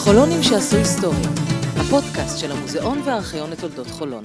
חולונים שעשו היסטוריה, הפודקאסט של המוזיאון והארכיון לתולדות חולון.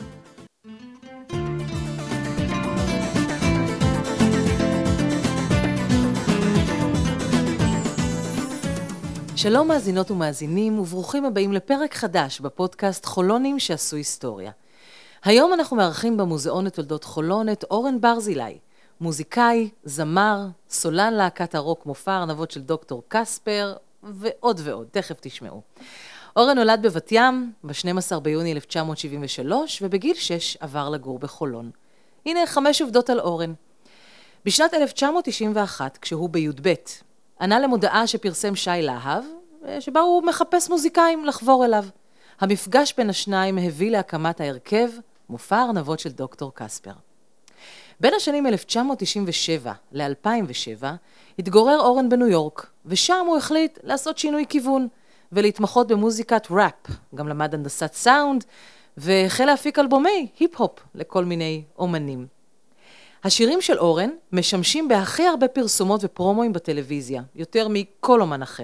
שלום מאזינות ומאזינים וברוכים הבאים לפרק חדש בפודקאסט חולונים שעשו היסטוריה. היום אנחנו מארחים במוזיאון לתולדות חולון את אורן ברזילי, מוזיקאי, זמר, סולן להקת הרוק מופע ארנבות של דוקטור קספר ועוד ועוד, תכף תשמעו. אורן נולד בבת ים ב-12 ביוני 1973 ובגיל 6 עבר לגור בחולון. הנה 5 עובדות על אורן. בשנת 1991, כשהוא בי"ב, ענה למודעה שפרסם שי להב, שבה הוא מחפש מוזיקאים לחבור אליו. המפגש בין השניים הביא להקמת ההרכב מופע ארנבות של דוקטור קספר. בין השנים 1997 ל-2007 התגורר אורן בניו יורק, ושם הוא החליט לעשות שינוי כיוון ולהתמחות במוזיקת ראפ. גם למד הנדסת סאונד והחל להפיק אלבומי היפ-הופ לכל מיני אומנים. השירים של אורן משמשים בהכי הרבה פרסומות ופרומואים בטלוויזיה, יותר מכל אומן אחר.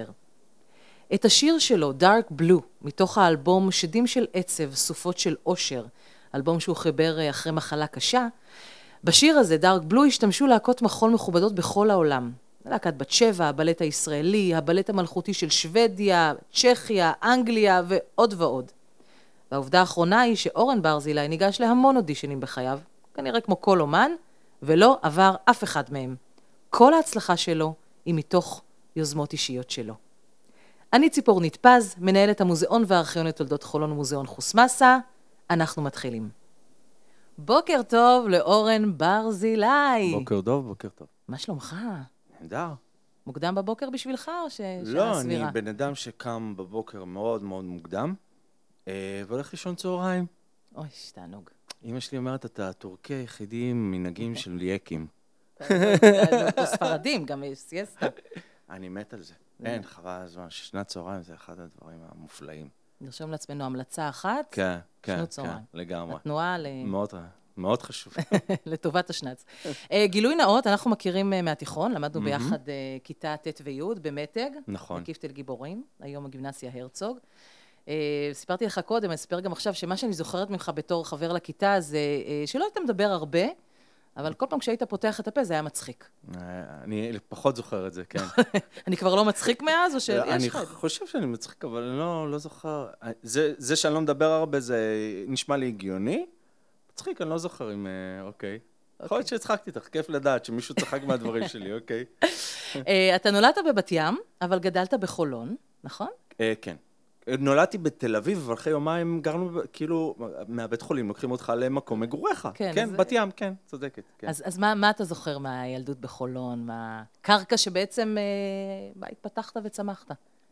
את השיר שלו, Dark Blue, מתוך האלבום שדים של עצב, סופות של אושר, אלבום שהוא חיבר אחרי מחלה קשה, בשיר הזה, Dark Blue, השתמשו להקות מחול מכובדות בכל העולם. להקת בת שבע, הבלט הישראלי, הבלט המלכותי של שוודיה, צ'כיה, אנגליה ועוד ועוד. והעובדה האחרונה היא שאורן ברזילי ניגש להמון אודישנים בחייו, כנראה כמו כל אומן, ולא עבר אף אחד מהם. כל ההצלחה שלו היא מתוך יוזמות אישיות שלו. אני ציפורנית פז, מנהלת המוזיאון והארכיון לתולדות חולון ומוזיאון חוסמסה. אנחנו מתחילים. בוקר טוב לאורן ברזילי. בוקר טוב, בוקר טוב. מה שלומך? נהדר. מוקדם בבוקר בשבילך או שעה לא, סבירה? אני בן אדם שקם בבוקר מאוד מאוד מוקדם, והולך לישון צהריים. אוי, תענוג. אמא שלי אומרת, אתה הטורקי היחידי עם מנהגים של יקים. פה ספרדים, גם יש סיאסטה. אני מת על זה. אין, חבל הזמן, ששנת צהריים זה אחד הדברים המופלאים. נרשום לעצמנו המלצה אחת. כן, כן, שנות כן, צהריים. לגמרי. התנועה מאוד חשוב. לטובת השנץ. גילוי נאות, אנחנו מכירים מהתיכון, למדנו ביחד כיתה ט' וי' במתג. נכון. בקיפטל גיבורים, היום הגימנסיה הרצוג. סיפרתי לך קודם, אני אספר גם עכשיו, שמה שאני זוכרת ממך בתור חבר לכיתה זה שלא היית מדבר הרבה, אבל כל פעם כשהיית פותח את הפה זה היה מצחיק. אני פחות זוכר את זה, כן. אני כבר לא מצחיק מאז או שיש לך? אני חושב שאני מצחיק, אבל אני לא זוכר. זה שאני לא מדבר הרבה זה נשמע לי הגיוני. מצחיק, אני לא זוכר אם, אוקיי. יכול להיות שהצחקתי אותך, כיף לדעת שמישהו צחק מהדברים שלי, אוקיי. אתה נולדת בבת ים, אבל גדלת בחולון, נכון? כן. נולדתי בתל אביב, אבל אחרי יומיים גרנו, כאילו, מהבית חולים, לוקחים אותך למקום מגוריך. כן, בת ים, כן, צודקת. אז מה אתה זוכר מהילדות בחולון, מהקרקע שבעצם בה התפתחת וצמחת?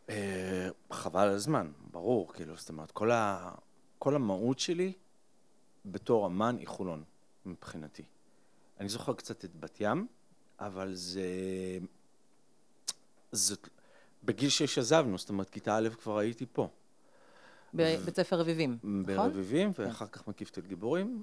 חבל על הזמן, ברור, כאילו, זאת אומרת, כל המהות שלי בתור אמן היא חולון, מבחינתי. אני זוכר קצת את בת ים, אבל זאת... בגיל 6 עזבנו, זאת אומרת, כיתה א' כבר הייתי פה. בבית ספר רביבים, נכון? ברביבים, ואחר כך מקיפטל גיבורים.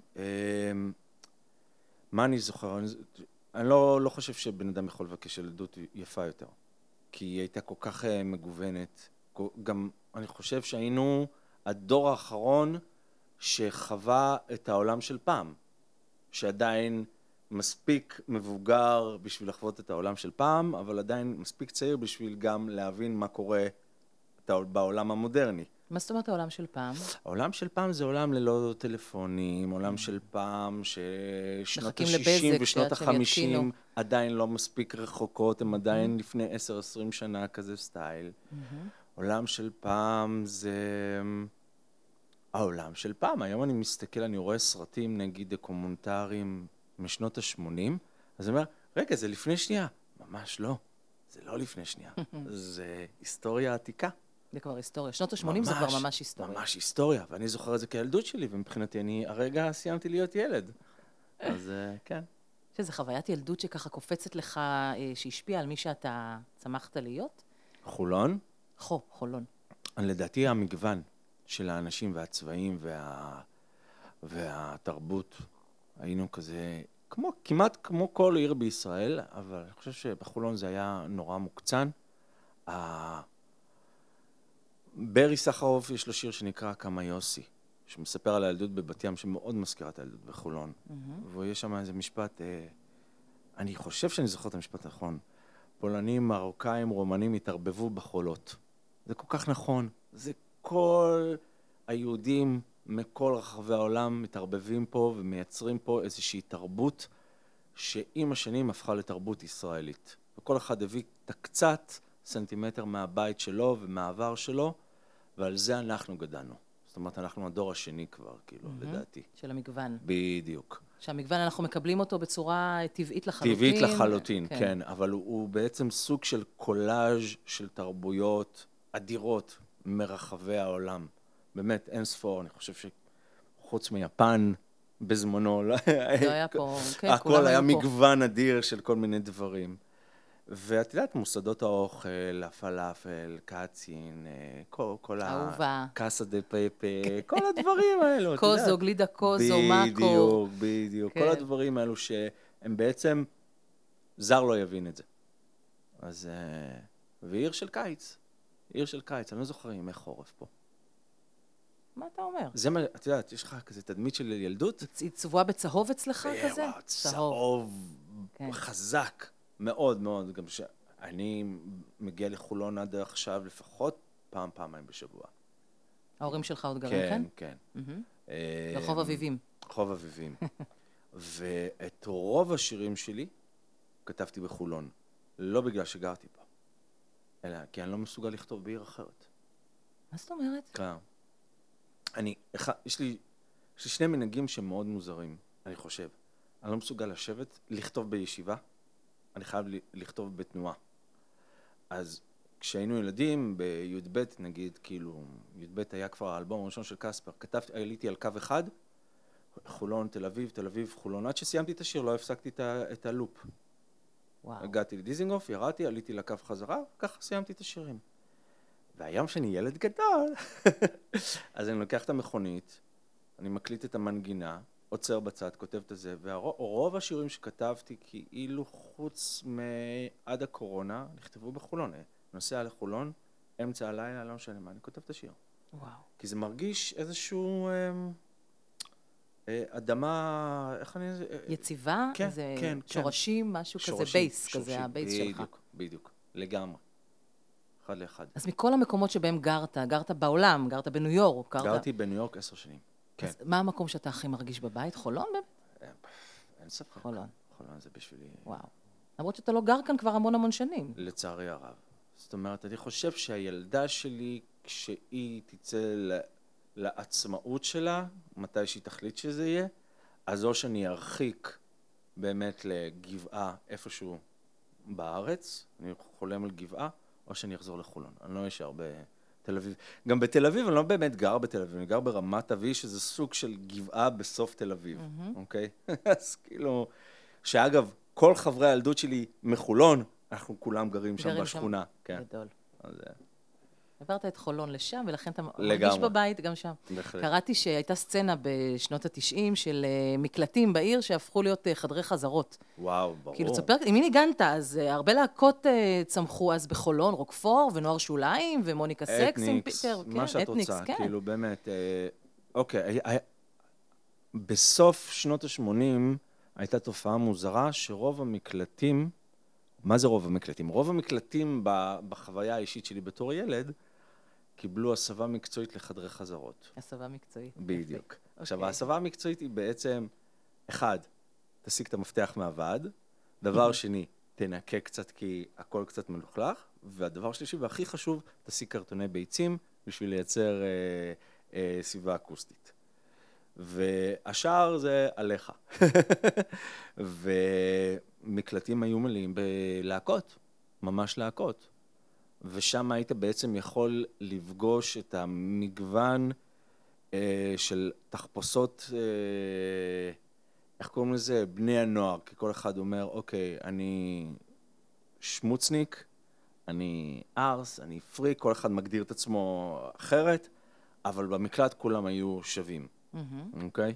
מה אני זוכר? אני לא חושב שבן אדם יכול לבקש ילדות יפה יותר, כי היא הייתה כל כך מגוונת. גם אני חושב שהיינו הדור האחרון שחווה את העולם של פעם, שעדיין מספיק מבוגר בשביל לחוות את העולם של פעם, אבל עדיין מספיק צעיר בשביל גם להבין מה קורה בעולם המודרני. מה זאת אומרת העולם של פעם? העולם של פעם זה עולם ללא טלפונים, עולם של פעם ששנות מחכים ה-60 ושנות ה-50 עדיין לא מספיק רחוקות, הם עדיין לפני 10-20 שנה כזה סטייל. עולם של פעם זה... העולם של פעם, היום אני מסתכל, אני רואה סרטים נגיד דוקומנטריים משנות ה-80, אז אני אומר, רגע, זה לפני שנייה. ממש לא, זה לא לפני שנייה, זה היסטוריה עתיקה. זה כבר היסטוריה, שנות ה-80 זה כבר ממש היסטוריה. ממש היסטוריה, ואני זוכר את זה כילדות שלי, ומבחינתי אני הרגע סיימתי להיות ילד. אז כן. שזה חוויית ילדות שככה קופצת לך, שהשפיעה על מי שאתה צמחת להיות? חולון? חולון. לדעתי המגוון של האנשים והצבעים והתרבות, היינו כזה, כמעט כמו כל עיר בישראל, אבל אני חושב שבחולון זה היה נורא מוקצן. ברי סחרוף יש לו שיר שנקרא כמה יוסי, שמספר על הילדות בבת ים, שמאוד מזכירה את הילדות בחולון. ויש שם איזה משפט, אני חושב שאני זוכר את המשפט הנכון, פולנים, מרוקאים, רומנים התערבבו בחולות. זה כל כך נכון. זה כל היהודים מכל רחבי העולם מתערבבים פה ומייצרים פה איזושהי תרבות שעם השנים הפכה לתרבות ישראלית. וכל אחד הביא את הקצת סנטימטר מהבית שלו ומהעבר שלו, ועל זה אנחנו גדלנו. זאת אומרת, אנחנו הדור השני כבר, כאילו, לדעתי. של המגוון. בדיוק. שהמגוון אנחנו מקבלים אותו בצורה טבעית לחלוטין. טבעית לחלוטין, כן. אבל הוא בעצם סוג של קולאז' של תרבויות אדירות מרחבי העולם. באמת, אין ספור. אני חושב שחוץ מיפן, בזמנו, לא היה פה, כן, הכל היה מגוון אדיר של כל מיני דברים. ואת יודעת, מוסדות האוכל, הפלאפל, קאצין, כל אהובה. קאסה דה פפה, כל הדברים האלו, את יודעת. קוזו, גלידה קוזו, מאקו. בדיוק. כל הדברים האלו שהם בעצם, זר לא יבין את זה. אז, ועיר של קיץ, אני לא זוכר ימי חורף פה. מה אתה אומר? זה מה, את יודעת, יש לך כזה תדמית של ילדות? היא צבועה בצהוב אצלך כזה? צהוב חזק. מאוד מאוד, גם שאני מגיע לחולון עד עכשיו לפחות פעמיים בשבוע. ההורים שלך עוד גרים כאן? כן, כן. רחוב אביבים. רחוב אביבים. ואת רוב השירים שלי כתבתי בחולון. לא בגלל שגרתי פה, אלא כי אני לא מסוגל לכתוב בעיר אחרת. מה זאת אומרת? כן. יש לי שני מנהגים שהם מאוד מוזרים, אני חושב. אני לא מסוגל לשבת, לכתוב בישיבה. אני חייב לכתוב בתנועה. אז כשהיינו ילדים, בי"ב נגיד, כאילו, י"ב היה כבר האלבום הראשון של קספר, עליתי על קו אחד, חולון, תל אביב, חולון, עד שסיימתי את השיר, לא הפסקתי את הלופ. וואו. הגעתי לדיזינגוף, ירדתי, עליתי לקו חזרה, ככה סיימתי את השירים. והיום שאני ילד גדול, אז אני לוקח את המכונית, אני מקליט את המנגינה, עוצר בצד, כותב את זה, ורוב השירים שכתבתי, כאילו חוץ מעד הקורונה, נכתבו בחולון. נוסע לחולון, אמצע הלילה, לא משנה מה, אני כותב את השיר. וואו. כי זה מרגיש איזשהו אדמה, איך אני... יציבה? כן, זה כן. שורשים, משהו כזה, בייס, כזה, הבייס שלך. בדיוק, לגמרי. אחד לאחד. אז מכל המקומות שבהם גרת בעולם, גרת בניו יורק, גרתי בניו יורק 10 שנים. כן. אז מה המקום שאתה הכי מרגיש בבית? חולון באמת? אין ספק. חולון. חולון זה בשבילי... וואו. למרות שאתה לא גר כאן כבר המון שנים. לצערי הרב. זאת אומרת, אני חושב שהילדה שלי, כשהיא תצא לעצמאות שלה, מתי שהיא תחליט שזה יהיה, אז או שאני ארחיק באמת לגבעה איפשהו בארץ, אני חולם על גבעה, או שאני אחזור לחולון. אני לא אשאר בתל אביב. גם בתל אביב אני לא באמת גר בתל אביב, אני גר ברמת אבי, שזה סוג של גבעה בסוף תל אביב, אוקיי? אז כאילו, שאגב, כל חברי הילדות שלי מחולון, אנחנו כולם גרים שם בשכונה. כן. גדול. אז... עברת את חולון לשם, ולכן אתה לגמרי. מרגיש בבית גם שם. בהחלט. קראתי שהייתה סצנה בשנות ה-90 של מקלטים בעיר שהפכו להיות חדרי חזרות. וואו, ברור. כאילו, תספר, עם מי ניגנת? אז הרבה להקות צמחו אז בחולון, רוקפור ונוער שוליים ומוניקה סקס עם פיטר. אתניקס, מה שאת רוצה, כאילו באמת, אוקיי, בסוף שנות ה-80 הייתה תופעה מוזרה שרוב המקלטים, מה זה רוב המקלטים? רוב המקלטים בחוויה האישית שלי בתור ילד, קיבלו הסבה מקצועית לחדרי חזרות. הסבה מקצועית. בדיוק. עכשיו, ההסבה המקצועית היא בעצם, אחד, תשיג את המפתח מהוועד, דבר שני, תנקה קצת כי הכל קצת מלוכלך, והדבר שלישי והכי חשוב, תשיג קרטוני ביצים בשביל לייצר סביבה אקוסטית. והשאר זה עליך. ומקלטים היו מלאים בלהקות, ממש להקות. ושם היית בעצם יכול לפגוש את המגוון של תחפושות, איך קוראים לזה? בני הנוער, כי כל אחד אומר, אוקיי, אני שמוצניק, אני ארס, אני פריק, כל אחד מגדיר את עצמו אחרת, אבל במקלט כולם היו שווים, אוקיי?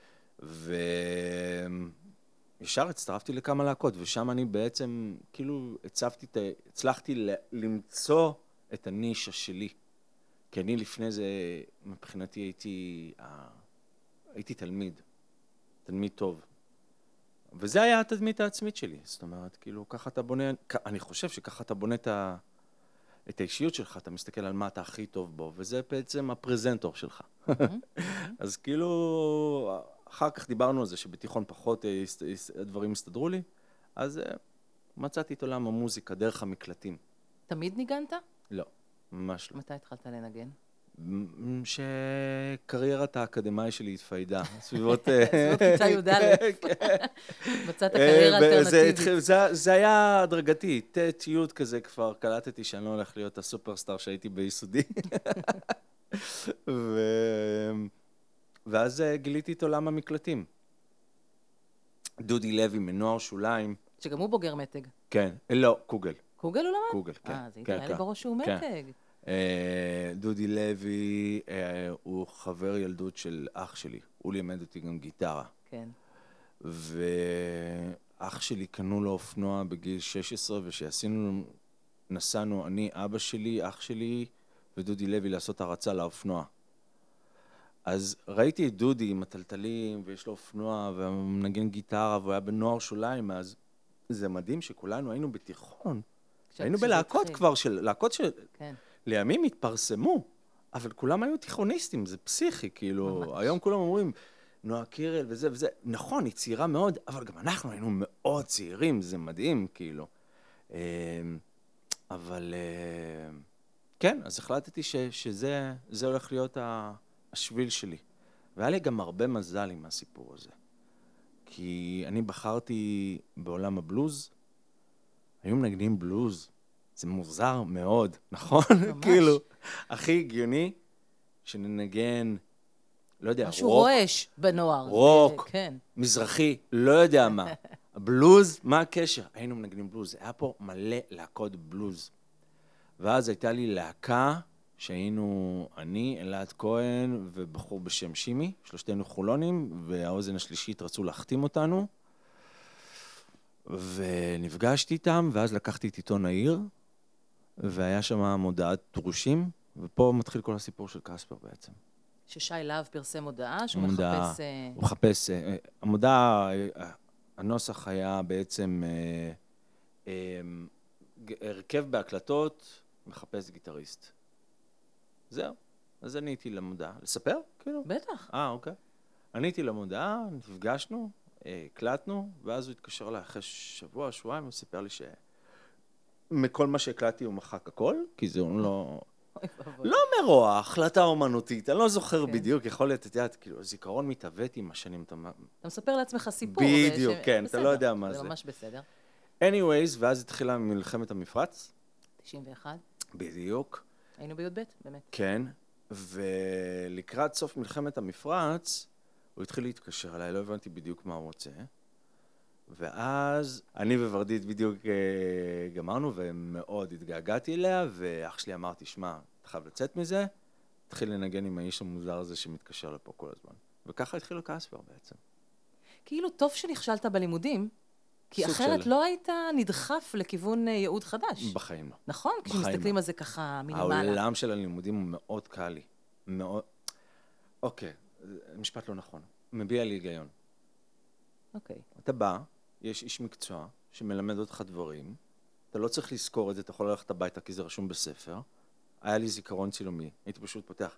וישר הצטרפתי לכמה להקות, ושם אני בעצם, כאילו, הצלחתי למצוא את הנישה שלי. כי אני לפני זה, מבחינתי הייתי תלמיד טוב. וזה היה התדמית העצמית שלי. זאת אומרת, כאילו, ככה אתה בונה, אני חושב שככה אתה בונה את האישיות שלך, אתה מסתכל על מה אתה הכי טוב בו, וזה בעצם הפרזנטור שלך. אז כאילו, אחר כך דיברנו על זה שבתיכון פחות הדברים הסתדרו לי, אז מצאתי את עולם המוזיקה דרך המקלטים. תמיד ניגנת? לא, ממש לא. מתי התחלת לנגן? שקריירת האקדמאי שלי התפיידה, סביבות כיתה י"א. מצאת קריירה אלטרנטיבית. זה היה הדרגתי, י' כזה כבר קלטתי שאני לא הולך להיות הסופרסטאר שהייתי ביסודי. ואז גיליתי את עולם המקלטים. דודי לוי מנוער שוליים. שגם הוא בוגר מתג. כן, לא, קוגל. קוגל הוא למד? קוגל, כן. אז היה לי בראש שהוא מתג. דודי לוי הוא חבר ילדות של אח שלי, הוא לימד אותי גם גיטרה. כן. ואח שלי קנו לו אופנוע בגיל 16, נסענו, אני, אבא שלי, אח שלי ודודי לוי לעשות הרצה לאופנוע. אז ראיתי את דודי עם הטלטלים ויש לו אופנוע ומנגן גיטרה והוא היה בנוער שוליים, אז זה מדהים שכולנו היינו בתיכון. היינו בלהקות כבר, להקות לימים התפרסמו, אבל כולם היו תיכוניסטים, זה פסיכי, כאילו, היום כולם אומרים, נועה קירל וזה, נכון, היא צעירה מאוד, אבל גם אנחנו היינו מאוד צעירים, זה מדהים, כאילו. אבל כן, אז החלטתי שזה הולך להיות השביל שלי. והיה לי גם הרבה מזל עם הסיפור הזה. כי אני בחרתי בעולם הבלוז, היו מנגנים בלוז, זה מוזר מאוד, נכון? ממש. כאילו, הכי הגיוני שננגן, לא יודע, משהו רועש בנוער. רוק, כן. מזרחי, לא יודע מה. הבלוז, מה הקשר? היינו מנגנים בלוז, היה פה מלא להקות בלוז. ואז הייתה לי להקה שהיינו אני, אלעד כהן ובחור בשם שימי, שלושתנו חולונים, והאוזן השלישית רצו להחתים אותנו. ונפגשתי איתם, ואז לקחתי את עיתון העיר, והיה שם מודעת דרושים, ופה מתחיל כל הסיפור של קספר בעצם. ששי להב פרסם מודעה, שהוא מחפש... הוא מחפש, המודעה, הנוסח היה בעצם הרכב בהקלטות, מחפש גיטריסט. זהו, אז אני הייתי למודעה. לספר? כאילו? בטח. אוקיי. אני הייתי למודעה, נפגשנו, הקלטנו, ואז הוא התקשר אליי אחרי שבוע, שבועיים, הוא סיפר לי מכל מה שהקלטתי הוא מחק הכל, כי זה לא מרוע, החלטה אומנותית, אני לא זוכר בדיוק, יכול להיות, אתה יודע, כאילו, הזיכרון מתעוות עם השנים. אתה מספר לעצמך סיפור. בדיוק, כן, אתה לא יודע מה זה. זה ממש בסדר. anyways, ואז התחילה מלחמת המפרץ. 91. בדיוק. היינו בי"ב, באמת. כן, ולקראת סוף מלחמת המפרץ, הוא התחיל להתקשר אליי, לא הבנתי בדיוק מה הוא רוצה. ואז אני וורדית בדיוק גמרנו ומאוד התגעגעתי אליה, ואח שלי אמרתי, שמע, אתה חייב לצאת מזה, התחיל לנגן עם האיש המוזר הזה שמתקשר לפה כל הזמן. וככה התחיל קספר בעצם. כאילו טוב שנכשלת בלימודים, כי אחרת לא היית נדחף לכיוון ייעוד חדש. בחיים לא. נכון? כשמסתכלים על זה ככה מלמעלה. העולם של הלימודים הוא מאוד קל לי. מאוד... אוקיי, משפט לא נכון. מביע לי היגיון. אוקיי. אתה בא, יש איש מקצוע שמלמד אותך דברים, אתה לא צריך לזכור את זה, אתה יכול ללכת הביתה כי זה רשום בספר. היה לי זיכרון צילומי, הייתי פשוט פותח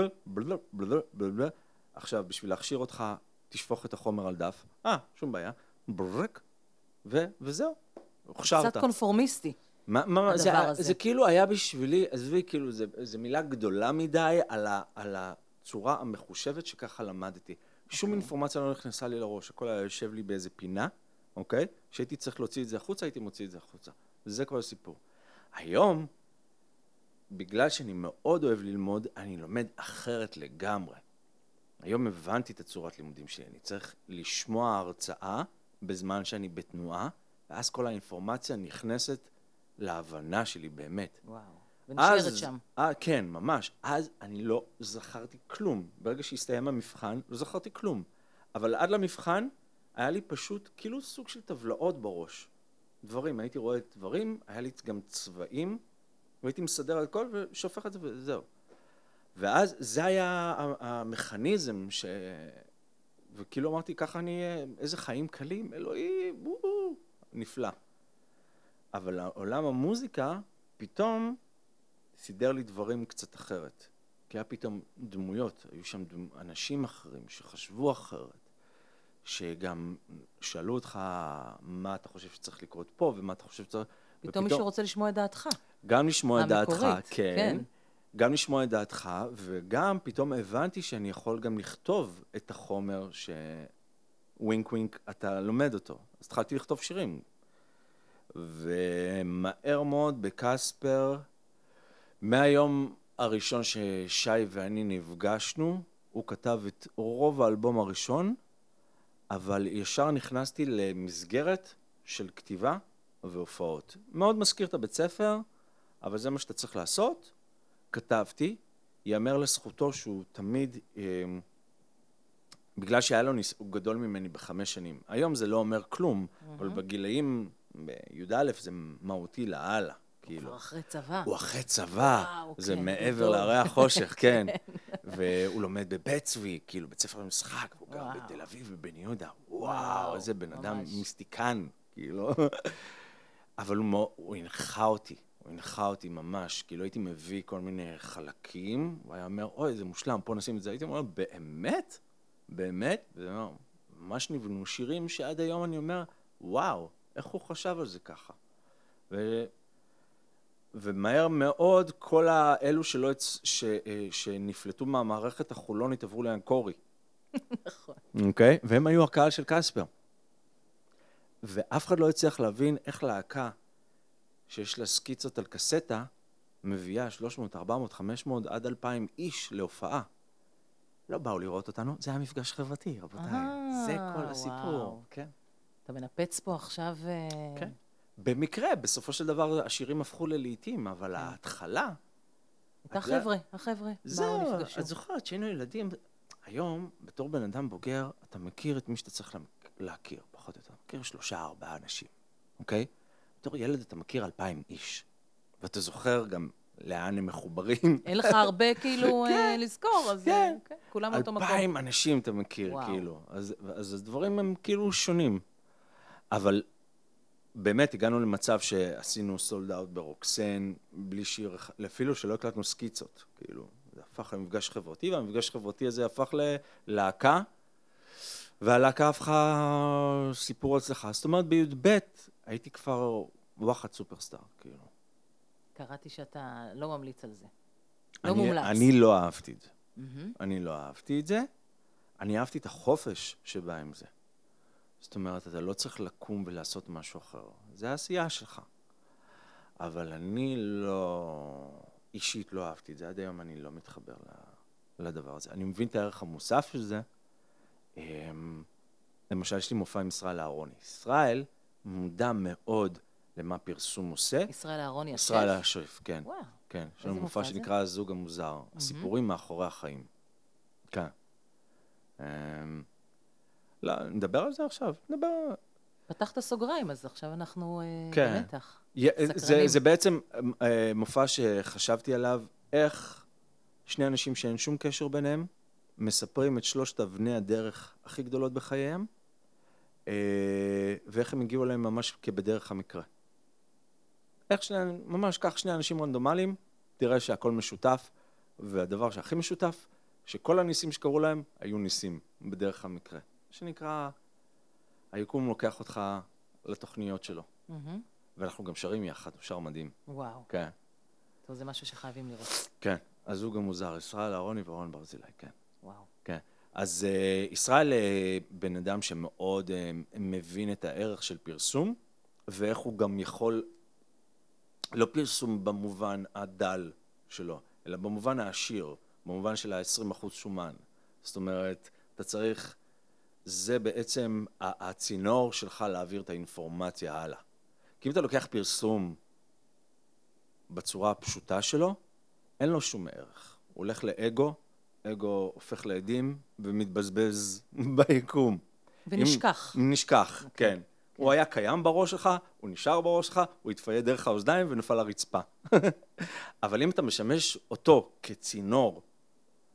עכשיו, בשביל להכשיר אותך, תשפוך את החומר על דף. שום בעיה. ברק, וזהו. הוכשרת. קצת קונפורמיסטי. זה כאילו היה בשבילי, עזבי, כאילו, זה מילה גדולה מדי על הצורה המחושבת שככה למדתי. שום אינפורמציה לא נכנסה לי לראש, הכל היה יושב לי באיזה פינה, אוקיי? שהייתי צריך להוציא את זה החוצה, הייתי מוציא את זה החוצה. זה כל הסיפור. היום, בגלל שאני מאוד אוהב ללמוד, אני לומד אחרת לגמרי. היום הבנתי את הצורת לימודים שלי. אני צריך לשמוע הרצאה בזמן שאני בתנועה, ואז כל האינפורמציה נכנסת להבנה שלי באמת. וואו, ונשארת שם. כן, ממש. אז אני לא זכרתי כלום. ברגע שהסתיים המבחן, לא זכרתי כלום. אבל עד למבחן, היה לי פשוט כאילו סוג של טבלאות בראש. דברים, הייתי רואה דברים, היה לי גם צבעים, והייתי מסדר את הכל ושופך את זה וזהו. ואז זה היה המכניזם וכאילו אמרתי, ככה אני אהיה, איזה חיים קלים, אלוהים, נפלא. אבל עולם המוזיקה פתאום סידר לי דברים קצת אחרת. כי היה פתאום דמויות, היו שם אנשים אחרים שחשבו אחרת, שגם שאלו אותך מה אתה חושב שצריך לקרות פה ומה אתה חושב שצריך... פתאום מישהו רוצה לשמוע את דעתך. גם לשמוע את דעתך, המקורית, כן. גם לשמוע את דעתך, וגם פתאום הבנתי שאני יכול גם לכתוב את החומר שווינק ווינק אתה לומד אותו. אז התחלתי לכתוב שירים. ומהר מאוד בקספר, מהיום הראשון ששי ואני נפגשנו, הוא כתב את רוב האלבום הראשון, אבל ישר נכנסתי למסגרת של כתיבה והופעות. מאוד מזכיר את הבית ספר, אבל זה מה שאתה צריך לעשות. כתבתי, יאמר לזכותו שהוא תמיד, בגלל שהיה לו הוא גדול ממני ב5 שנים. היום זה לא אומר כלום, אבל בגילאים בי"א זה מהותי להלאה. הוא כבר אחרי צבא. הוא אחרי צבא, זה מעבר להרי החושך, כן. והוא לומד בבית צבי, כאילו בית ספר למשחק, והוא גר בתל אביב ובן יהודה. וואו, איזה בן אדם מיסטיקן, כאילו. אבל הוא הנחה אותי. הוא הנחה אותי ממש, כאילו הייתי מביא כל מיני חלקים, הוא היה אומר, אוי, זה מושלם, פה נשים את זה. הייתי אומר, באמת? באמת? ממש נבנו שירים שעד היום אני אומר, וואו, איך הוא חשב על זה ככה? ומהר מאוד כל האלו שנפלטו מהמערכת החולונית עברו לאנקורי. נכון. אוקיי? והם היו הקהל של קספר. ואף אחד לא הצליח להבין איך להקה שיש לה סקיצות על קסטה, מביאה 300, 400, 500 עד 2,000 איש להופעה. לא באו לראות אותנו, זה היה מפגש חברתי, רבותיי. זה כל הסיפור. כן. אתה מנפץ פה עכשיו... כן. במקרה, בסופו של דבר השירים הפכו ללעיתים, אבל ההתחלה... החבר'ה. זהו, את זוכרת שהיינו ילדים... היום, בתור בן אדם בוגר, אתה מכיר את מי שאתה צריך להכיר, פחות או יותר. מכיר 3-4 אנשים, אוקיי? בתור ילד אתה מכיר 2,000 איש, ואתה זוכר גם לאן הם מחוברים. אין לך הרבה כאילו לזכור, אז כולם אותו מקום. 2,000 אנשים אתה מכיר, כאילו. אז הדברים הם כאילו שונים. אבל באמת הגענו למצב שעשינו סולד אאוט ברוקסן, בלי שיר, אפילו שלא הקלטנו סקיצות, כאילו. זה הפך למפגש חברתי, והמפגש החברתי הזה הפך ללהקה, והלהקה הפכה סיפור הצלחה. זאת אומרת, בי"ב הייתי כבר וואחד סופרסטאר, כאילו. קראתי שאתה לא ממליץ על זה. לא מומלץ. אני לא אהבתי את זה. אני לא אהבתי את זה. אני אהבתי את החופש שבא עם זה. זאת אומרת, אתה לא צריך לקום ולעשות משהו אחר. זה העשייה שלך. אבל אני לא... אישית לא אהבתי את זה. עד היום אני לא מתחבר לדבר הזה. אני מבין את הערך המוסף של זה. למשל, יש לי מופע עם ישראל אהרוני. ישראל מודע מאוד למה פרסום עושה. ישראל אהרוני השף? ישראל השף, כן. וואו. כן, יש לנו מופע שנקרא הזוג המוזר. הסיפורים מאחורי החיים. כן. לא, נדבר על זה עכשיו. נדבר... פתחת סוגריים, אז עכשיו אנחנו במתח. זה בעצם מופע שחשבתי עליו, איך שני אנשים שאין שום קשר ביניהם, מספרים את 3 אבני הדרך הכי גדולות בחייהם, ואיך הם הגיעו אליהם ממש כבדרך המקרה. איך ממש כך 2 אנשים רנדומליים, תראה שהכל משותף, והדבר שהכי משותף, שכל הניסים שקראו להם היו ניסים בדרך המקרה. שנקרא, היקום לוקח אותך לתוכניות שלו. ואנחנו גם שרים יחד, הוא שר מדהים. וואו. כן. טוב, זה משהו שחייבים לראות. כן, הזוג המוזר, ישראל אהרוני ואורן ברזילי, כן. וואו. כן. אז ישראל בן אדם שמאוד מבין את הערך של פרסום, ואיך הוא גם יכול, לא פרסום במובן הדל שלו, אלא במובן העשיר, במובן של ה-20% שומן. זאת אומרת, אתה צריך, זה בעצם הצינור שלך להעביר את האינפורמציה הלאה. כי אם אתה לוקח פרסום בצורה הפשוטה שלו, אין לו שום ערך. הוא הולך לאגו, אגו הופך לעדים ומתבזבז ביקום. ונשכח. נשכח, כן. הוא היה קיים בראש שלך, הוא נשאר בראש שלך, הוא התפייד דרך האוזניים ונפל לרצפה. אבל אם אתה משמש אותו כצינור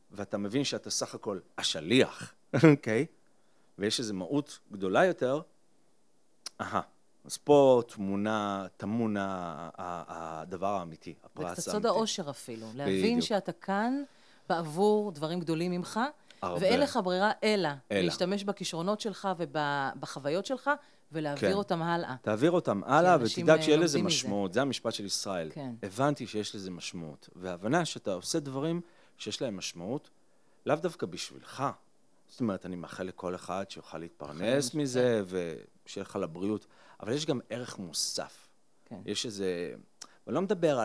ואתה מבין שאתה סך הכל השליח, אוקיי? ויש איזו מהות גדולה יותר, אז פה טמון הדבר האמיתי, הפרס האמיתי. וקצת סוד האושר אפילו, להבין בדיוק. שאתה כאן בעבור דברים גדולים ממך, הרבה. ואין לך ברירה אלא להשתמש בכישרונות שלך ובחוויות שלך, ולהעביר כן. אותם הלאה. תעביר אותם הלאה, אנשים ותדע שיהיה לזה לומדים מזה. משמעות. זה המשפט של ישראל. כן. הבנתי שיש לזה משמעות. וההבנה שאתה עושה דברים שיש להם משמעות, לאו דווקא בשבילך. זאת אומרת, אני מאחל לכל אחד שיוכל להתפרנס מזה, ושיהיה לך לבריאות. אבל יש גם ערך מוסף. כן. יש איזה... אני לא מדבר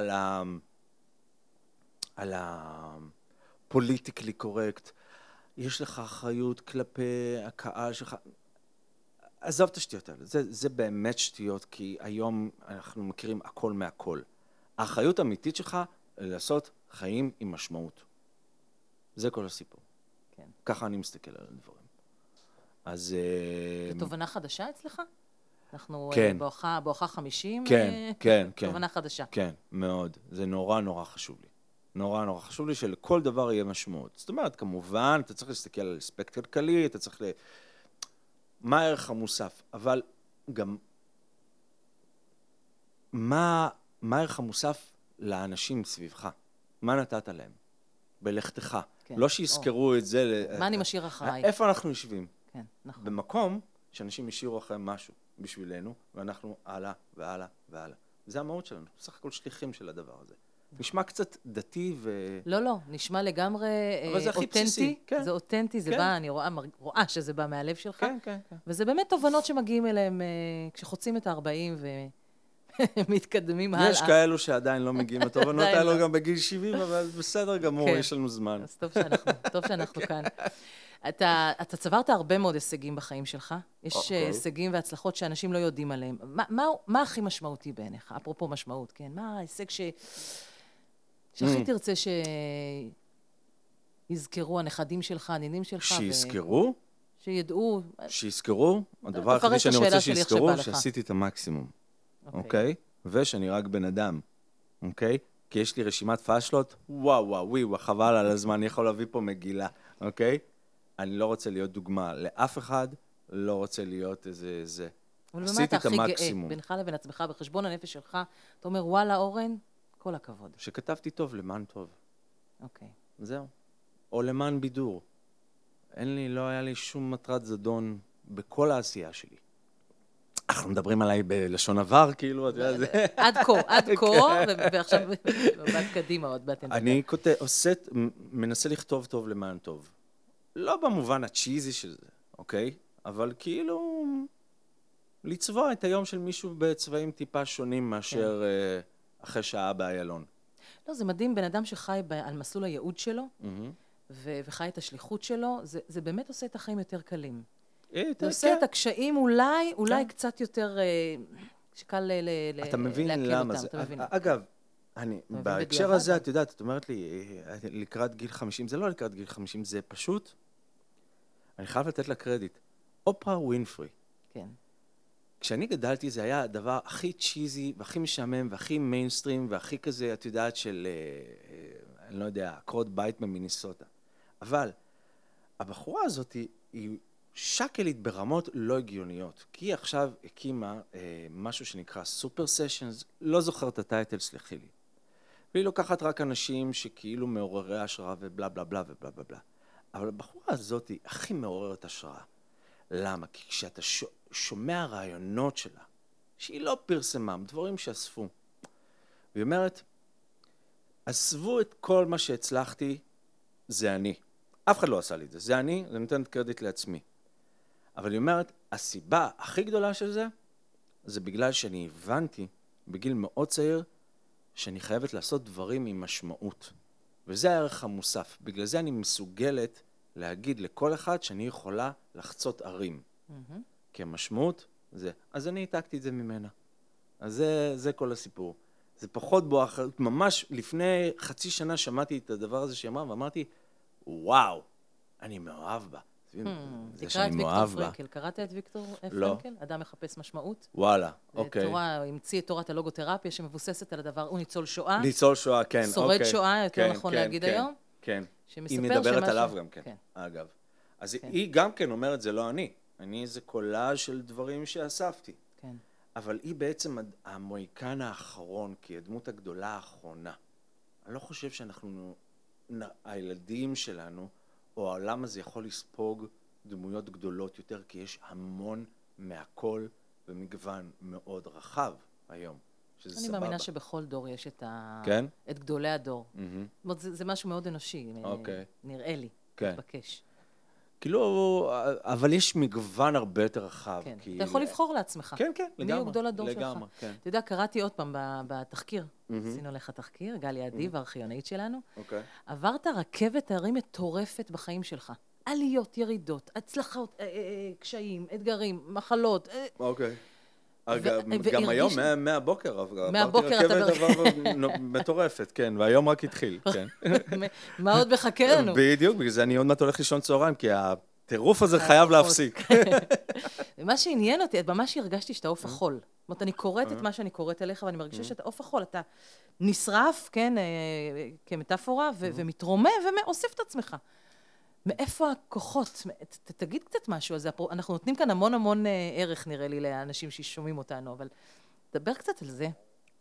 על הפוליטיקלי קורקט. יש לך אחריות כלפי הקהל שלך. עזוב את השטויות האלה, זה באמת שטויות, כי היום אנחנו מכירים הכל מהכל. האחריות האמיתית שלך לעשות חיים עם משמעות. זה כל הסיפור. כן. ככה אני מסתכל על הדברים. אז... זו תובנה חדשה אצלך? אנחנו כן. בואכה 50? כן. תובנה חדשה. כן, מאוד. זה נורא חשוב לי. נורא חשוב לי שלכל דבר יהיה משמעות. זאת אומרת, כמובן, אתה צריך להסתכל על אספקט כלכלי, אתה צריך מה הערך המוסף? אבל גם מה הערך המוסף לאנשים סביבך? מה נתת להם? בלכתך. כן. לא שיזכרו את זה. מה אני משאיר אחריי? איפה אנחנו יושבים? כן, נכון. במקום שאנשים השאירו אחריהם משהו בשבילנו, ואנחנו הלאה והלאה והלאה. זה המהות שלנו. סך הכל שליחים של הדבר הזה. נשמע קצת דתי לא, נשמע לגמרי אבל זה הכי בסיסי, אותנטי. כן. זה אותנטי, זה כן. בא, אני רואה שזה בא מהלב שלך. כן. וזה באמת תובנות שמגיעים אליהם כשחוצים את ה-40 ומתקדמים הלאה. יש כאלו שעדיין לא מגיעים לתובנות עדיין האלו לא. גם בגיל 70, אבל בסדר גמור, כן. יש לנו זמן. אז טוב שאנחנו כאן. אתה צברת הרבה מאוד הישגים בחיים שלך. יש אוקיי. הישגים והצלחות שאנשים לא יודעים עליהם. מה הכי משמעותי בעיניך? אפרופו משמעות, כן? מה ההישג שהכי תרצה שיזכרו הנכדים שלך, הנינים שלך? שיזכרו? שידעו. שיזכרו? הדבר תפרט היחידי את שאני השאלה רוצה שלי איך שיזכרו, שבא לך. שעשיתי את המקסימום. אוקיי? ושאני רק בן אדם. אוקיי? כי יש לי רשימת פאשלות, וואו, חבל על הזמן, אני יכול להביא פה מגילה. אוקיי? אני לא רוצה להיות דוגמה לאף אחד, לא רוצה להיות איזה... אבל במה אתה הכי גאה? בינך לבין עצמך, בחשבון הנפש שלך, אתה אומר, וואלה, אורן, כל הכבוד. שכתבתי טוב למען טוב. אוקיי. זהו. או למען בידור. לא היה לי שום מטרת זדון בכל העשייה שלי. אנחנו מדברים עליי בלשון עבר, כאילו, אתה יודע, זה... עד כה, ועכשיו באת קדימה עוד מעט. אני מנסה לכתוב טוב למען טוב. לא במובן הצ'יזי של זה, אוקיי? אבל כאילו, לצבוע את היום של מישהו בצבעים טיפה שונים מאשר אחרי שעה באיילון. לא, זה מדהים, בן אדם שחי על מסלול הייעוד שלו, וחי את השליחות שלו, זה באמת עושה את החיים יותר קלים. זה עושה את הקשיים אולי קצת יותר, שקל להקל אותם. אתה מבין למה זה. אגב, בהקשר הזה, את יודעת, את אומרת לי, לקראת גיל 50, זה לא לקראת גיל 50, זה פשוט, אני חייב לתת לה קרדיט. אופרה ווינפרי. כן. כשאני גדלתי, זה היה הדבר הכי צ'יזי, והכי משעמם, והכי מיינסטרים, והכי כזה, את יודעת, של, אני לא יודע, עקרות בית ממיניסוטה. אבל הבחורה הזאת היא שקלית ברמות לא הגיוניות, כי היא עכשיו הקימה משהו שנקרא סופר סשנס, לא זוכר את הטייטל, סלחי לי. והיא לוקחת רק אנשים שכאילו מעוררי השראה ובלה בלה בלה ובלה בלה בלה. אבל הבחורה הזאת היא הכי מעוררת השראה. למה? כי כשאתה שומע רעיונות שלה, שהיא לא פרסמה, דברים שאספו, והיא אומרת, אסבו את כל מה שהצלחתי, זה אני. אף אחד לא עשה לי את זה, זה אני, זה נותן קרדיט לעצמי. אבל היא אומרת, הסיבה הכי גדולה של זה, זה בגלל שאני הבנתי בגיל מאוד צעיר, שאני חייבת לעשות דברים עם משמעות. וזה הערך המוסף. בגלל זה אני מסוגלת להגיד לכל אחד שאני יכולה לחצות ערים. כי המשמעות זה, אז אני העתקתי את זה ממנה. אז זה כל הסיפור. זה פחות בוח, ממש לפני חצי שנה שמעתי את הדבר הזה שהיא אמרה, ואמרתי, וואו, אני מאוהב בה. זה שאני מאוהב בה. קראת את ויקטור פרנקל? לא. אדם מחפש משמעות? וואלה, אוקיי. הוא המציא את תורת הלוגותרפיה שמבוססת על הדבר, הוא ניצול שואה. ניצול שואה, כן. שורד שואה, יותר נכון להגיד היום. כן. שמספר היא מדברת שמה עליו גם כן, כן. אגב. אז כן. היא גם כן אומרת, זה לא אני. אני איזה קולאז' של דברים שאספתי. כן. אבל היא בעצם המוהיקן האחרון, כי הדמות הגדולה האחרונה. אני לא חושב שאנחנו, הילדים שלנו, או העולם הזה יכול לספוג דמויות גדולות יותר, כי יש המון מהכל ומגוון מאוד רחב היום, שזה אני סבבה. מאמינה שבכל דור יש כן? את גדולי הדור. Mm-hmm. זאת אומרת, זה משהו מאוד אנושי, אוקיי. נראה לי, כן. מתבקש. כאילו, אבל יש מגוון הרבה יותר רחב. כן, כי... אתה יכול לבחור לעצמך. כן, כן, לגמרי. מי הוא גדול הדור לגמרי, שלך? כן. אתה יודע, קראתי עוד פעם בתחקיר, עשינו לך תחקיר, גלי אדיב, הארכיונאית שלנו. אוקיי. עברת רכבת הרים מטורפת בחיים שלך. עליות, ירידות, הצלחות, קשיים, אתגרים, מחלות. אוקיי. גם והרגיש- היום, מהבוקר, מהבוקר אתה רכבת מטורפת, כן, והיום רק התחיל, כן. מה עוד מחכה לנו? בדיוק, בגלל זה אני עוד מעט הולך לישון צהריים, כי הטירוף הזה חייב להפסיק. ומה שעניין אותי, ממש הרגשתי שאתה עוף החול. זאת אומרת, אני קוראת את מה שאני קוראת עליך, ואני מרגישה שאתה עוף החול, אתה נשרף, כן, כמטאפורה, ומתרומם ומאוסף את עצמך. מאיפה הכוחות? תגיד קצת משהו על זה. אנחנו נותנים כאן המון המון ערך, נראה לי, לאנשים ששומעים אותנו, אבל דבר קצת על זה.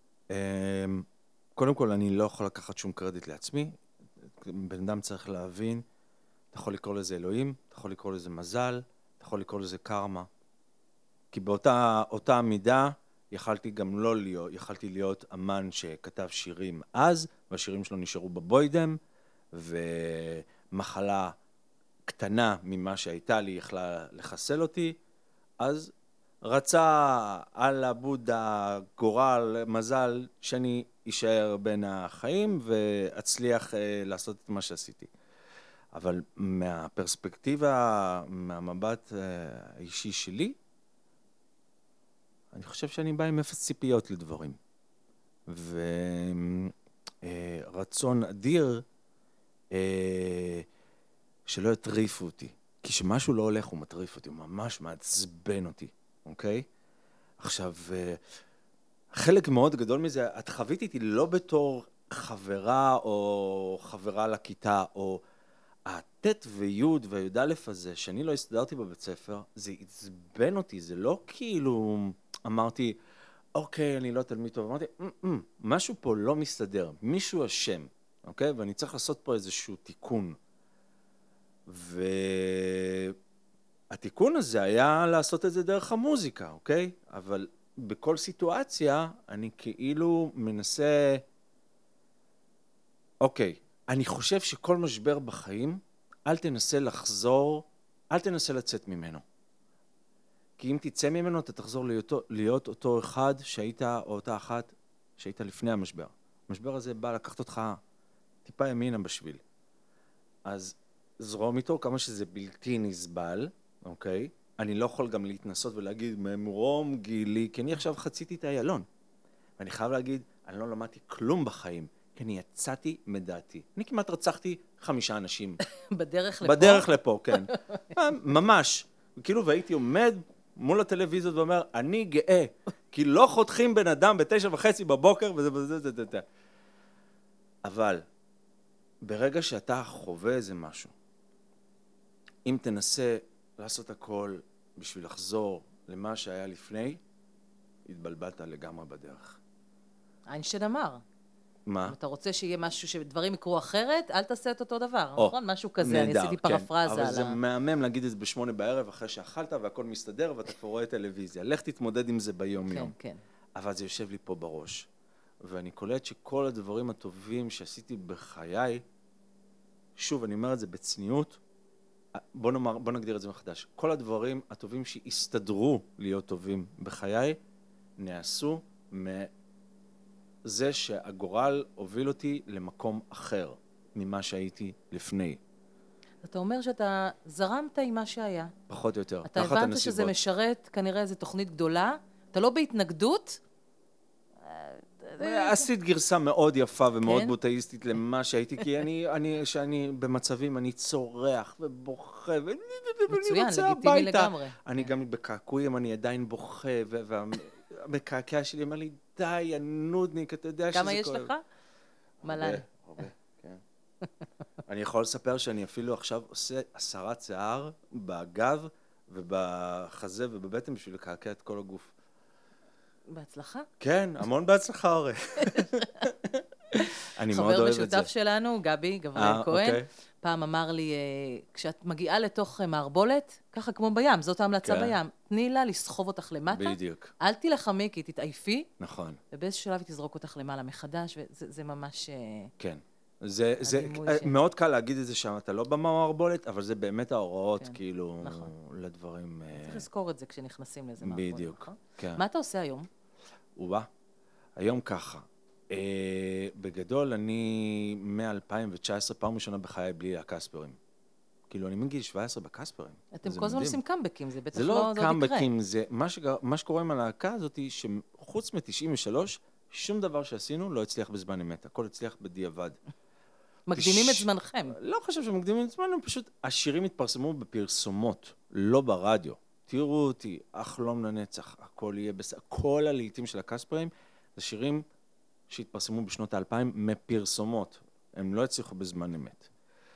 קודם כל, אני לא יכול לקחת שום קרדיט לעצמי. בן אדם צריך להבין, אתה יכול לקרוא לזה אלוהים, אתה יכול לקרוא לזה מזל, אתה יכול לקרוא לזה קרמה. כי באותה מידה יכלתי גם לא להיות, יכלתי להיות אמן שכתב שירים אז, והשירים שלו נשארו בבוידם, ומחלה קטנה ממה שהייתה לי יכלה לחסל אותי, אז רצה על הבודה, גורל, מזל, שאני אשאר בין החיים ואצליח לעשות את מה שעשיתי. אבל מהפרספקטיבה, מהמבט האישי שלי, אני חושב שאני בא עם אפס ציפיות לדברים. ורצון אדיר שלא יטריפו אותי. כי כשמשהו לא הולך הוא מטריף אותי, הוא ממש מעצבן אותי, אוקיי? עכשיו, חלק מאוד גדול מזה, את חווית איתי לא בתור חברה או חברה לכיתה, או הט' וי' והי"א הזה, שאני לא הסתדרתי בבית ספר, זה עצבן אותי, זה לא כאילו אמרתי, אוקיי, אני לא תלמיד טוב, אמרתי, משהו פה לא מסתדר, מישהו אשם, אוקיי? ואני צריך לעשות פה איזשהו תיקון. והתיקון הזה היה לעשות את זה דרך המוזיקה, אוקיי? אבל בכל סיטואציה אני כאילו מנסה, אוקיי, אני חושב שכל משבר בחיים, אל תנסה לחזור, אל תנסה לצאת ממנו. כי אם תצא ממנו, אתה תחזור להיות אותו אחד שהיית, או אותה אחת שהיית לפני המשבר. המשבר הזה בא לקחת אותך טיפה ימינה בשביל. אז זרום איתו כמה שזה בלתי נסבל, אוקיי? אני לא יכול גם להתנסות ולהגיד, ממרום גילי, כי אני עכשיו חציתי את איילון. ואני חייב להגיד, אני לא למדתי כלום בחיים, כי אני יצאתי מדעתי. אני כמעט רצחתי 5 אנשים. בדרך לפה? בדרך לפה, כן. ממש. כאילו, והייתי עומד מול הטלוויזיות ואומר, אני גאה, כי לא חותכים בן אדם ב9:30 בבוקר, וזה. אבל, ברגע שאתה חווה איזה משהו, אם תנסה לעשות הכל בשביל לחזור למה שהיה לפני, התבלבלת לגמרי בדרך. איינשטיין אמר. מה? אם אתה רוצה שיהיה משהו, שדברים יקרו אחרת, אל תעשה את אותו דבר. נכון? משהו כזה, אני עשיתי כן. פרפרזה על אבל זה מהמם להגיד את זה ב8:00 אחרי שאכלת והכל מסתדר ואתה כבר רואה טלוויזיה. לך תתמודד עם זה ביום יום. כן. אבל זה יושב לי פה בראש. ואני קולט שכל הדברים הטובים שעשיתי בחיי, שוב, אני אומר את זה בצניעות, בוא נגדיר את זה מחדש. כל הדברים הטובים שהסתדרו להיות טובים בחיי, נעשו מזה שהגורל הוביל אותי למקום אחר ממה שהייתי לפני. אתה אומר שאתה זרמת עם מה שהיה. פחות או יותר. אתה הבנת שזה משרת כנראה איזו תוכנית גדולה, אתה לא בהתנגדות? עשית גרסה מאוד יפה ומאוד כן? בוטאיסטית למה שהייתי, כי שאני במצבים, אני צורח ובוכה, ואני מצוין, רוצה לגיטימי הביתה. לגמרי. אני גם בקעקועים, אני עדיין בוכה, והמקעקע שלי אמר לי, די, הנודניק, אתה יודע שזה כואב. כמה יש לך? מלא. הרבה, כן. אני יכול לספר שאני אפילו עכשיו עושה הסרת שיער בגב ובחזה ובבטן בשביל לקעקע את כל הגוף. בהצלחה. כן, המון בהצלחה הרי. אני מאוד אוהב את זה. חבר משותף שלנו, גבי, גבריאל כהן, אוקיי. פעם אמר לי, כשאת מגיעה לתוך מערבולת, ככה כמו בים, זאת ההמלצה כן. בים, תני לה לסחוב אותך למטה, בדיוק. אל תילחמי, כי תתעייפי, נכון. ובאיזשהו שלב היא תזרוק אותך למעלה מחדש, וזה ממש... כן. זה הדימוי מאוד קל להגיד את זה שם, אתה לא במערבולת, אבל זה באמת ההוראות, כן, כאילו, נכון. לדברים... צריך לזכור את זה כשנכנסים לאיזה מערבולת, בדיוק, נכון? כן. מה אתה עושה היום? וואה, היום ככה. בגדול, אני מ-2019, פעם ראשונה בחיי בלי הקספרים. כאילו, אני מגיל 17 בקספרים. אתם זה כל הזמן מדהים. עושים קאמבקים, זה בטח זה לא לא עוד יקרה. קאמבקים, זה מה שקורה עם הלהקה הזאת, שחוץ מ-93, שום דבר שעשינו לא הצליח בזמן אמת. הכל הצליח בדיעבד. מקדימים את זמנכם. לא חושב שמקדימים את זמננו, פשוט השירים התפרסמו בפרסומות, לא ברדיו. תראו אותי, החלום לנצח, הכל יהיה בסדר. כל הלעיתים של הקספרים זה שירים שהתפרסמו בשנות ה-2000 מפרסומות. הם לא הצליחו בזמן אמת.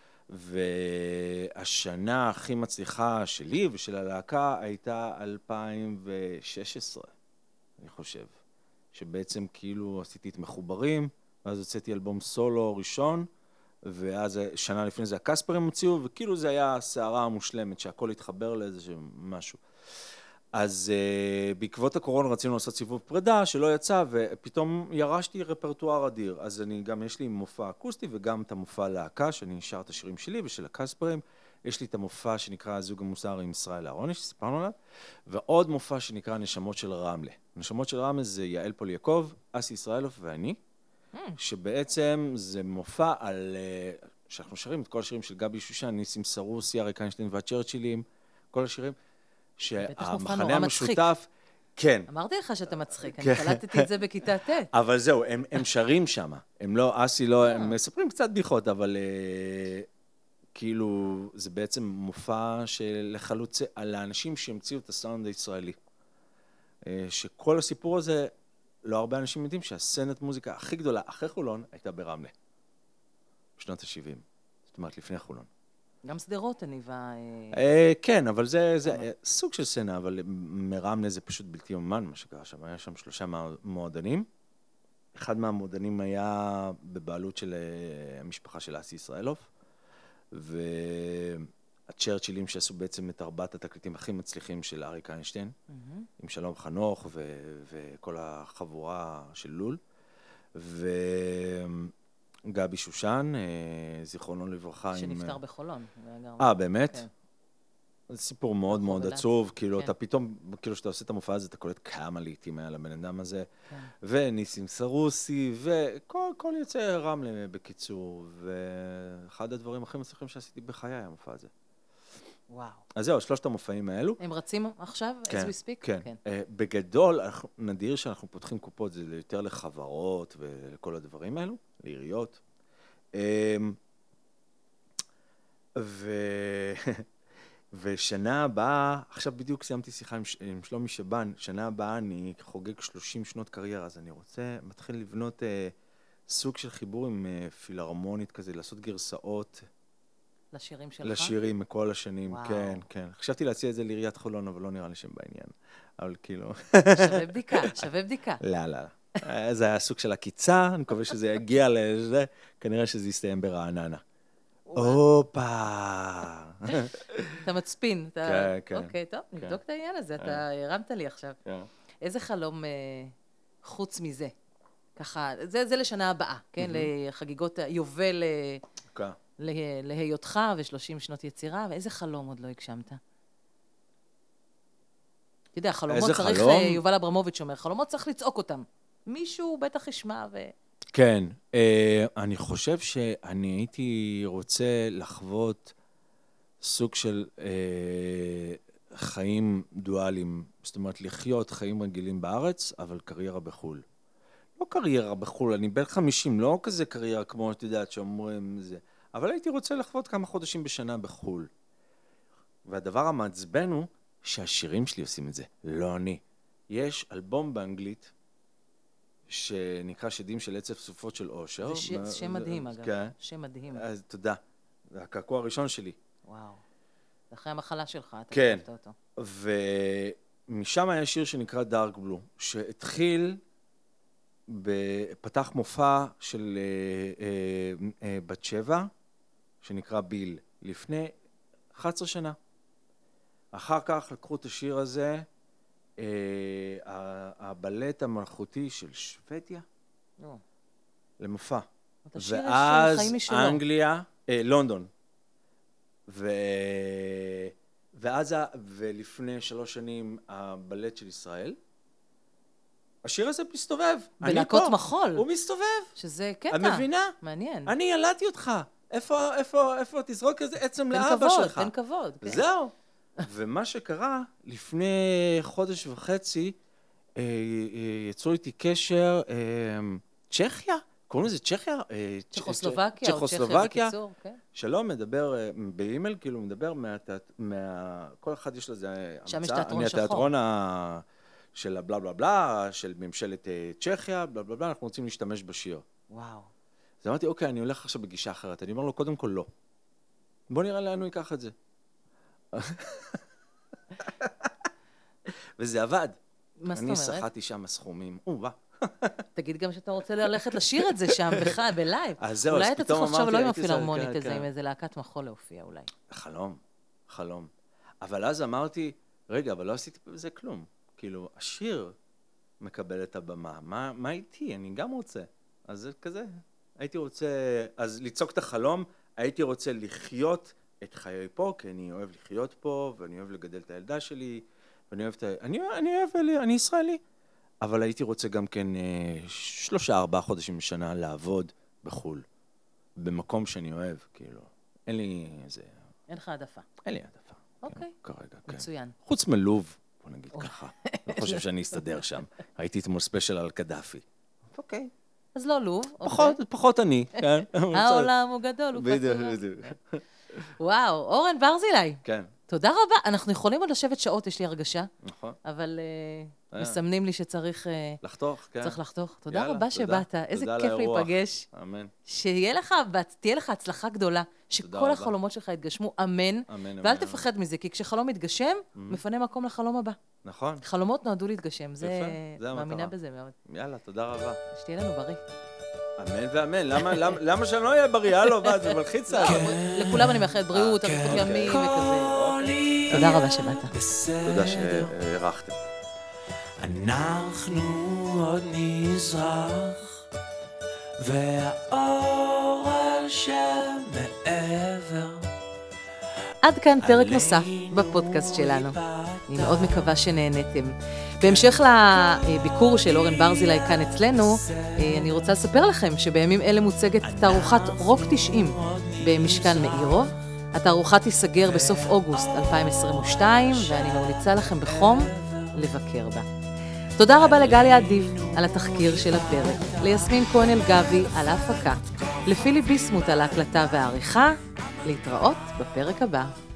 והשנה הכי מצליחה שלי ושל הלהקה הייתה 2016, אני חושב. שבעצם כאילו עשיתי את מחוברים, ואז הוצאתי אלבום סולו ראשון, ואז שנה לפני זה הקספרים הוציאו, וכאילו זה היה הסערה המושלמת, שהכל התחבר לאיזה משהו. אז בעקבות הקורונה רצינו לעשות סיבוב פרידה שלא יצא, ופתאום ירשתי רפרטואר אדיר. אז גם יש לי מופע אקוסטי וגם את המופע להקה, שאני אשר את השירים שלי ושל הקספרים. יש לי את המופע שנקרא זוג המוסר עם ישראל אהרוני, שסיפרנו עליו, ועוד מופע שנקרא נשמות של רמלה. נשמות של רמלה זה יעל פול יעקב, אסי ישראלוף ואני, שבעצם זה מופע על... שאנחנו שרים את כל השירים של גבי שושן, ניסים סרוסי, אריק איינשטיין והצ'רצ'ילים, כל השירים. שהמחנה המשותף, כן. אמרתי לך שאתה מצחיק, אני קלטתי את זה בכיתה ט'. אבל זהו, הם שרים שם, הם לא, אסי לא, הם מספרים קצת בדיחות, אבל כאילו זה בעצם מופע של לחלוץ על האנשים שהמציאו את הסאונד הישראלי. שכל הסיפור הזה, לא הרבה אנשים יודעים שהסצנת מוזיקה הכי גדולה אחרי חולון הייתה ברמלה, בשנות ה-70, זאת אומרת לפני חולון. גם סדרות הניבה... כן, אבל זה סוג של סצנה, אבל מרמלה זה פשוט בלתי אומן מה שקרה שם. היה שם 3 מועדנים. אחד מהמועדנים היה בבעלות של המשפחה של אסי ישראלוף, והצ'רצ'ילים שעשו בעצם את 4 התקליטים הכי מצליחים של אריק איינשטיין, עם שלום חנוך וכל החבורה של לול. גבי שושן, זיכרונו לברכה. שנפטר בחולון. באמת? כן. זה סיפור מאוד מאוד עצוב, כאילו אתה פתאום, כאילו שאתה עושה את המופע הזה, אתה קולט כמה לעיתים היה לבן אדם הזה, וניסים סרוסי, וכל יוצא רמלה בקיצור, ואחד הדברים הכי מצליחים שעשיתי בחיי המופע הזה. וואו. אז זהו, 3 המופעים האלו. הם רצים עכשיו? as we speak? כן. בגדול, נדיר שאנחנו פותחים קופות, זה יותר לחברות ולכל הדברים האלו, לעיריות. ושנה הבאה, עכשיו בדיוק סיימתי שיחה עם שלומי שבן, שנה הבאה אני חוגג 30 שנות קריירה, אז אני מתחיל לבנות סוג של חיבור עם פילהרמונית כזה, לעשות גרסאות. לשירים שלך? לשירים מכל השנים, כן, כן. חשבתי להציע את זה לעיריית חולון, אבל לא נראה לי שהם בעניין. אבל כאילו... שווה בדיקה, שווה בדיקיקה. לא, לא, לא. זה היה סוג של עקיצה, אני מקווה שזה יגיע לזה, כנראה שזה יסתיים ברעננה. הופה. אתה מצפין. כן, כן. אוקיי, טוב, נבדוק את העניין הזה, אתה הרמת לי עכשיו. איזה חלום חוץ מזה? ככה, זה לשנה הבאה, כן? לחגיגות היובל להיותך ו30 שנות יצירה, ואיזה חלום עוד לא הגשמת? אתה יודע, חלומות צריך, יובל אברמוביץ' אומר, חלומות צריך לצעוק אותם. מישהו בטח ישמע כן, אני חושב שאני הייתי רוצה לחוות סוג של חיים דואליים, זאת אומרת לחיות חיים רגילים בארץ, אבל קריירה בחול. לא קריירה בחול, אני בן 50, לא כזה קריירה כמו את יודעת שאומרים זה, אבל הייתי רוצה לחוות כמה חודשים בשנה בחול. והדבר המעצבן הוא שהשירים שלי עושים את זה, לא אני. יש אלבום באנגלית, שנקרא שדים של עצב סופות של אושר. זה שם מדהים אגב, שם מדהים. אז תודה. זה הקעקוע הראשון שלי. וואו. זה אחרי המחלה שלך, אתה כן. כתבת אותו. ומשם היה שיר שנקרא דארק בלו, שהתחיל, פתח מופע של בת שבע, שנקרא ביל, לפני 11 שנה. אחר כך לקחו את השיר הזה, הבלט המלכותי של שוודיה, למופע. ואז אנגליה, לונדון. ואז, ולפני 3 שנים, הבלט של ישראל. השיר הזה מסתובב. בלהקות מחול. הוא מסתובב. שזה קטע. את מבינה? מעניין. אני ילדתי אותך. איפה תזרוק איזה עצם לאבא שלך? תן כבוד. זהו. ומה שקרה, לפני חודש וחצי, יצרו איתי קשר, צ'כיה? קוראים לזה צ'כיה? צ'כוסלובקיה או צ'כיה בקיצור, כן. שלום, מדבר באימייל, כאילו מדבר כל אחד יש לזה המצאה. שם יש תיאטרון שחור. אני התיאטרון של הבלה בלה בלה, של ממשלת צ'כיה, בלה בלה בלה, אנחנו רוצים להשתמש בשיר. וואו. אז אמרתי, אוקיי, אני הולך עכשיו בגישה אחרת. אני אומר לו, קודם כל לא. בוא נראה לאן הוא ייקח את זה. וזה עבד. מה זאת אומרת? אני שחטתי שם הסכומים. תגיד גם שאתה רוצה ללכת לשיר את זה שם, בלייב. אז זהו, אולי אתה צריך עכשיו לא עם הפילהרמונית הזה, הזה, עם איזה להקת מחול להופיע אולי. חלום. אבל אז אמרתי, רגע, אבל לא עשיתי בזה כלום. כאילו, השיר מקבל את הבמה. מה איתי? אני גם רוצה. אז זה כזה. הייתי רוצה, אז לצעוק את החלום, הייתי רוצה לחיות את חיי פה, כי אני אוהב לחיות פה, ואני אוהב לגדל את הילדה שלי, ואני אוהב אני ישראלי. אבל הייתי רוצה גם כן 3-4 חודשים בשנה לעבוד בחול, במקום שאני אוהב, כאילו. אין לי איזה... אין לך העדפה. אין לי העדפה. אוקיי. כרגע, כן. מצוין. חוץ מלוב, בוא נגיד ככה. לא חושב שאני אסתדר שם. הייתי אתמול ספיישל על קדאפי. אוקיי. אז לא לוב. פחות אני, כן. העולם הוא גדול, הוא בדיוק. וואו, אורן ברזילי. כן. תודה רבה. אנחנו יכולים עוד לשבת שעות, יש לי הרגשה. נכון. אבל מסמנים לי שצריך... לחתוך, כן. צריך לחתוך. תודה רבה שבאת. איזה כיף להיפגש. אמן. שתהיה לך הצלחה גדולה, שכל החלומות שלך יתגשמו, אמן. ואל תפחד מזה, כי כשחלום מתגשם, מפנה מקום לחלום הבא. נכון. חלומות נועדו להתגשם. זה מאמינה בזה מאוד. יאללה, תודה רבה. שתהיה לנו בריא. אמן ואמן. למה שאני לא אהיה בריא? הלו, זה מלחיץ עליי. לכולם אני מאחלת בריאות, אריכות ימים וכזה. תודה רבה שבאת. תודה שהערכתם. אנחנו עוד נזרח והאורל שמעבר. עד כאן פרק נוסף בפודקאסט שלנו. אני מאוד מקווה שנהנתם. בהמשך לביקור של אורן ברזילי כאן אצלנו, אני רוצה לספר לכם שבימים אלה מוצגת תערוכת רוק 90 במשכן מאירוב. התערוכה תיסגר בסוף אוגוסט 2022, ואני ממליצה לכם בחום לבקר בה. תודה רבה לגליה אדיב על התחקיר של הפרק, ליסמין כהן אלגבי על ההפקה, לפילי ביסמוט על ההקלטה והעריכה. להתראות בפרק הבא.